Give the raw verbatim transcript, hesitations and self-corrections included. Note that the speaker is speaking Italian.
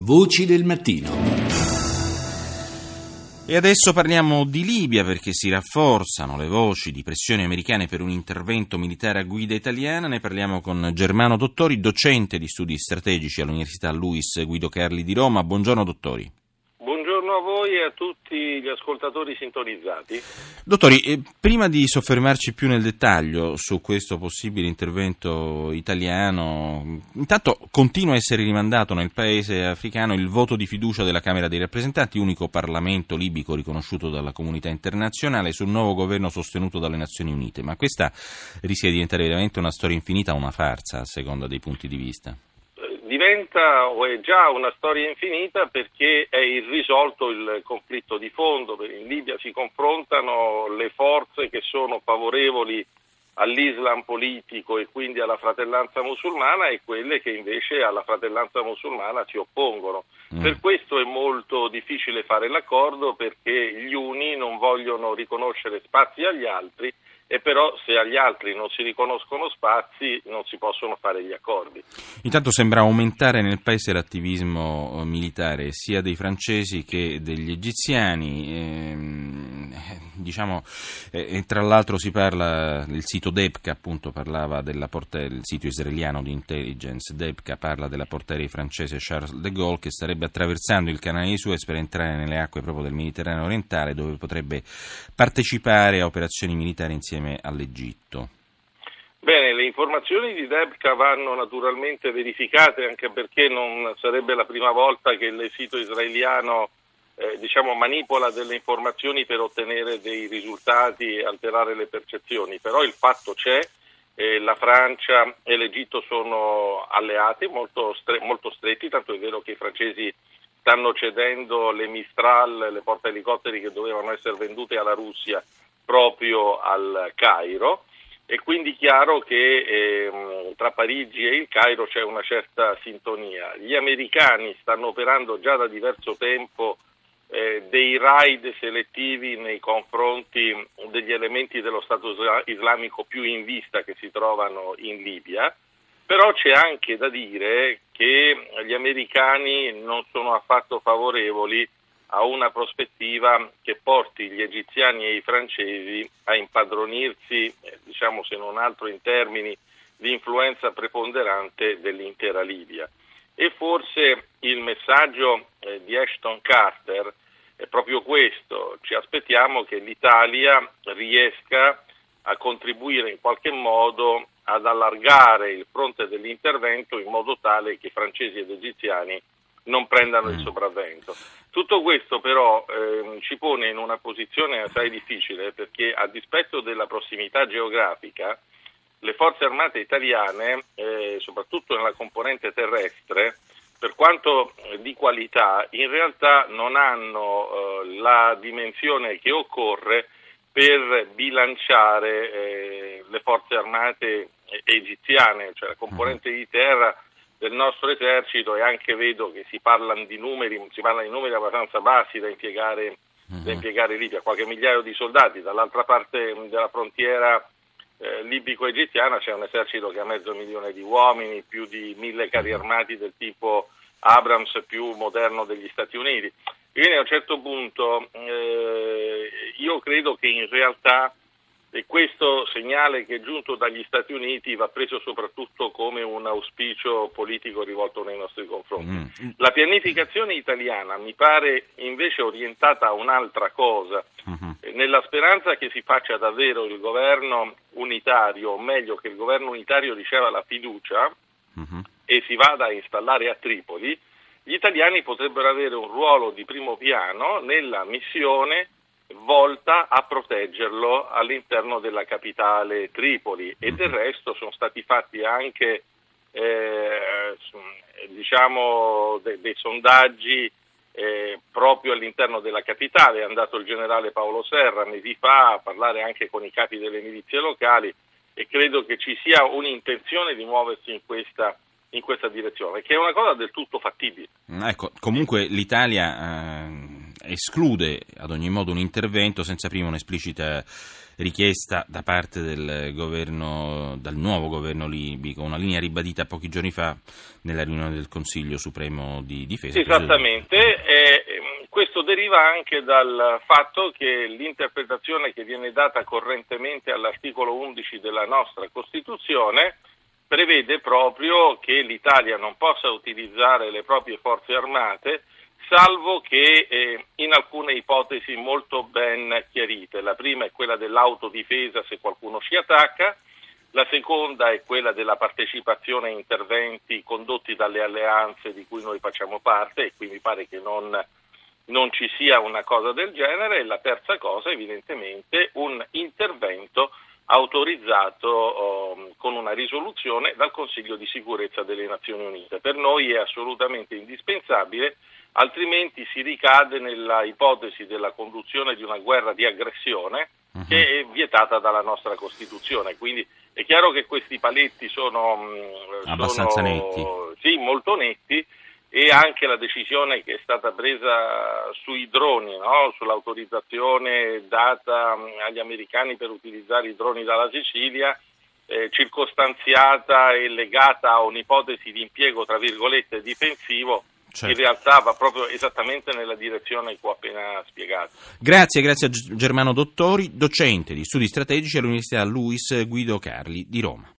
Voci del mattino. E adesso parliamo di Libia, perché si rafforzano le voci di pressioni americane per un intervento militare a guida italiana. Ne parliamo con Germano Dottori, docente di studi strategici all'Università Luis Guido Carli di Roma. Buongiorno dottori. Buongiorno a voi e a tutti gli ascoltatori sintonizzati. Dottori, eh, prima di soffermarci più nel dettaglio su questo possibile intervento italiano, intanto continua a essere rimandato nel paese africano il voto di fiducia della Camera dei rappresentanti, unico Parlamento libico riconosciuto dalla comunità internazionale, sul nuovo governo sostenuto dalle Nazioni Unite. Ma questa rischia di diventare veramente una storia infinita o una farsa, a seconda dei punti di vista? Diventa o è già una storia infinita perché è irrisolto il conflitto di fondo. In Libia si confrontano le forze che sono favorevoli all'Islam politico e quindi alla fratellanza musulmana e quelle che invece alla fratellanza musulmana si oppongono. Mm. Per questo è molto difficile fare l'accordo, perché gli uni non vogliono riconoscere spazi agli altri, e però se agli altri non si riconoscono spazi non si possono fare gli accordi. Intanto sembra aumentare nel paese l'attivismo militare sia dei francesi che degli egiziani, ehm, diciamo, eh, tra l'altro si parla, il sito Debka appunto parlava della portiera, il sito israeliano di intelligence Debka parla della portiera francese Charles de Gaulle che starebbe attraversando il canale di Suez per entrare nelle acque proprio del Mediterraneo orientale, dove potrebbe partecipare a operazioni militari insieme all'Egitto. Bene, le informazioni di Debka vanno naturalmente verificate, anche perché non sarebbe la prima volta che il sito israeliano eh, diciamo manipola delle informazioni per ottenere dei risultati e alterare le percezioni, però il fatto c'è. Eh, la Francia e l'Egitto sono alleati molto, stre- molto stretti, tanto è vero che i francesi stanno cedendo le Mistral, le portaelicotteri che dovevano essere vendute alla Russia proprio al Cairo, e quindi chiaro che eh, tra Parigi e il Cairo c'è una certa sintonia. Gli americani stanno operando già da diverso tempo eh, dei raid selettivi nei confronti degli elementi dello Stato islamico più in vista che si trovano in Libia, però c'è anche da dire che gli americani non sono affatto favorevoli a una prospettiva che porti gli egiziani e i francesi a impadronirsi, eh, diciamo se non altro in termini di influenza preponderante dell'intera Libia. E forse il messaggio eh, di Ashton Carter è proprio questo: ci aspettiamo che l'Italia riesca a contribuire in qualche modo ad allargare il fronte dell'intervento in modo tale che francesi ed egiziani non prendano il sopravvento. Tutto questo però eh, ci pone in una posizione assai difficile, perché a dispetto della prossimità geografica le forze armate italiane, eh, soprattutto nella componente terrestre, per quanto di qualità, in realtà non hanno eh, la dimensione che occorre per bilanciare eh, le forze armate egiziane, cioè la componente di terra del nostro esercito, e anche vedo che si parla di numeri, si parla di numeri abbastanza bassi da impiegare, uh-huh. da impiegare in Libia, qualche migliaio di soldati. Dall'altra parte della frontiera eh, libico-egiziana c'è un esercito che ha mezzo milione di uomini, più di mille carri armati del tipo Abrams più moderno degli Stati Uniti. Quindi a un certo punto eh, io credo che in realtà e questo segnale che è giunto dagli Stati Uniti va preso soprattutto come un auspicio politico rivolto nei nostri confronti. Mm. La pianificazione italiana mi pare invece orientata a un'altra cosa, mm-hmm. nella speranza che si faccia davvero il governo unitario, o meglio che il governo unitario riceva la fiducia mm-hmm. e si vada a installare a Tripoli. Gli italiani potrebbero avere un ruolo di primo piano nella missione volta a proteggerlo all'interno della capitale Tripoli, e del resto sono stati fatti anche eh, diciamo de- dei sondaggi eh, proprio all'interno della capitale. È andato il generale Paolo Serra mesi fa a parlare anche con i capi delle milizie locali, e credo che ci sia un'intenzione di muoversi in questa in questa direzione, che è una cosa del tutto fattibile. Ecco, comunque l'Italia eh, esclude ad ogni modo un intervento senza prima un'esplicita richiesta da parte del governo, dal nuovo governo libico, una linea ribadita pochi giorni fa nella riunione del Consiglio Supremo di Difesa. Esattamente, eh, questo deriva anche dal fatto che l'interpretazione che viene data correntemente all'articolo undici della nostra Costituzione prevede proprio che l'Italia non possa utilizzare le proprie forze armate salvo che eh, in alcune ipotesi molto ben chiarite. La prima è quella dell'autodifesa se qualcuno ci attacca, la seconda è quella della partecipazione a interventi condotti dalle alleanze di cui noi facciamo parte, e qui mi pare che non, non ci sia una cosa del genere, e la terza cosa evidentemente un intervento autorizzato oh, con una risoluzione dal Consiglio di sicurezza delle Nazioni Unite. Per noi è assolutamente indispensabile, altrimenti si ricade nella ipotesi della conduzione di una guerra di aggressione uh-huh. che è vietata dalla nostra Costituzione. Quindi è chiaro che questi paletti sono, abbastanza sono netti. Sì, molto netti, e anche la decisione che è stata presa sui droni, no? Sull'autorizzazione data agli americani per utilizzare i droni dalla Sicilia, eh, circostanziata e legata a un'ipotesi di impiego tra virgolette difensivo, certo. In realtà va proprio esattamente nella direzione che ho appena spiegato. Grazie, grazie a Germano Dottori, docente di studi strategici all'Università Luis Guido Carli di Roma.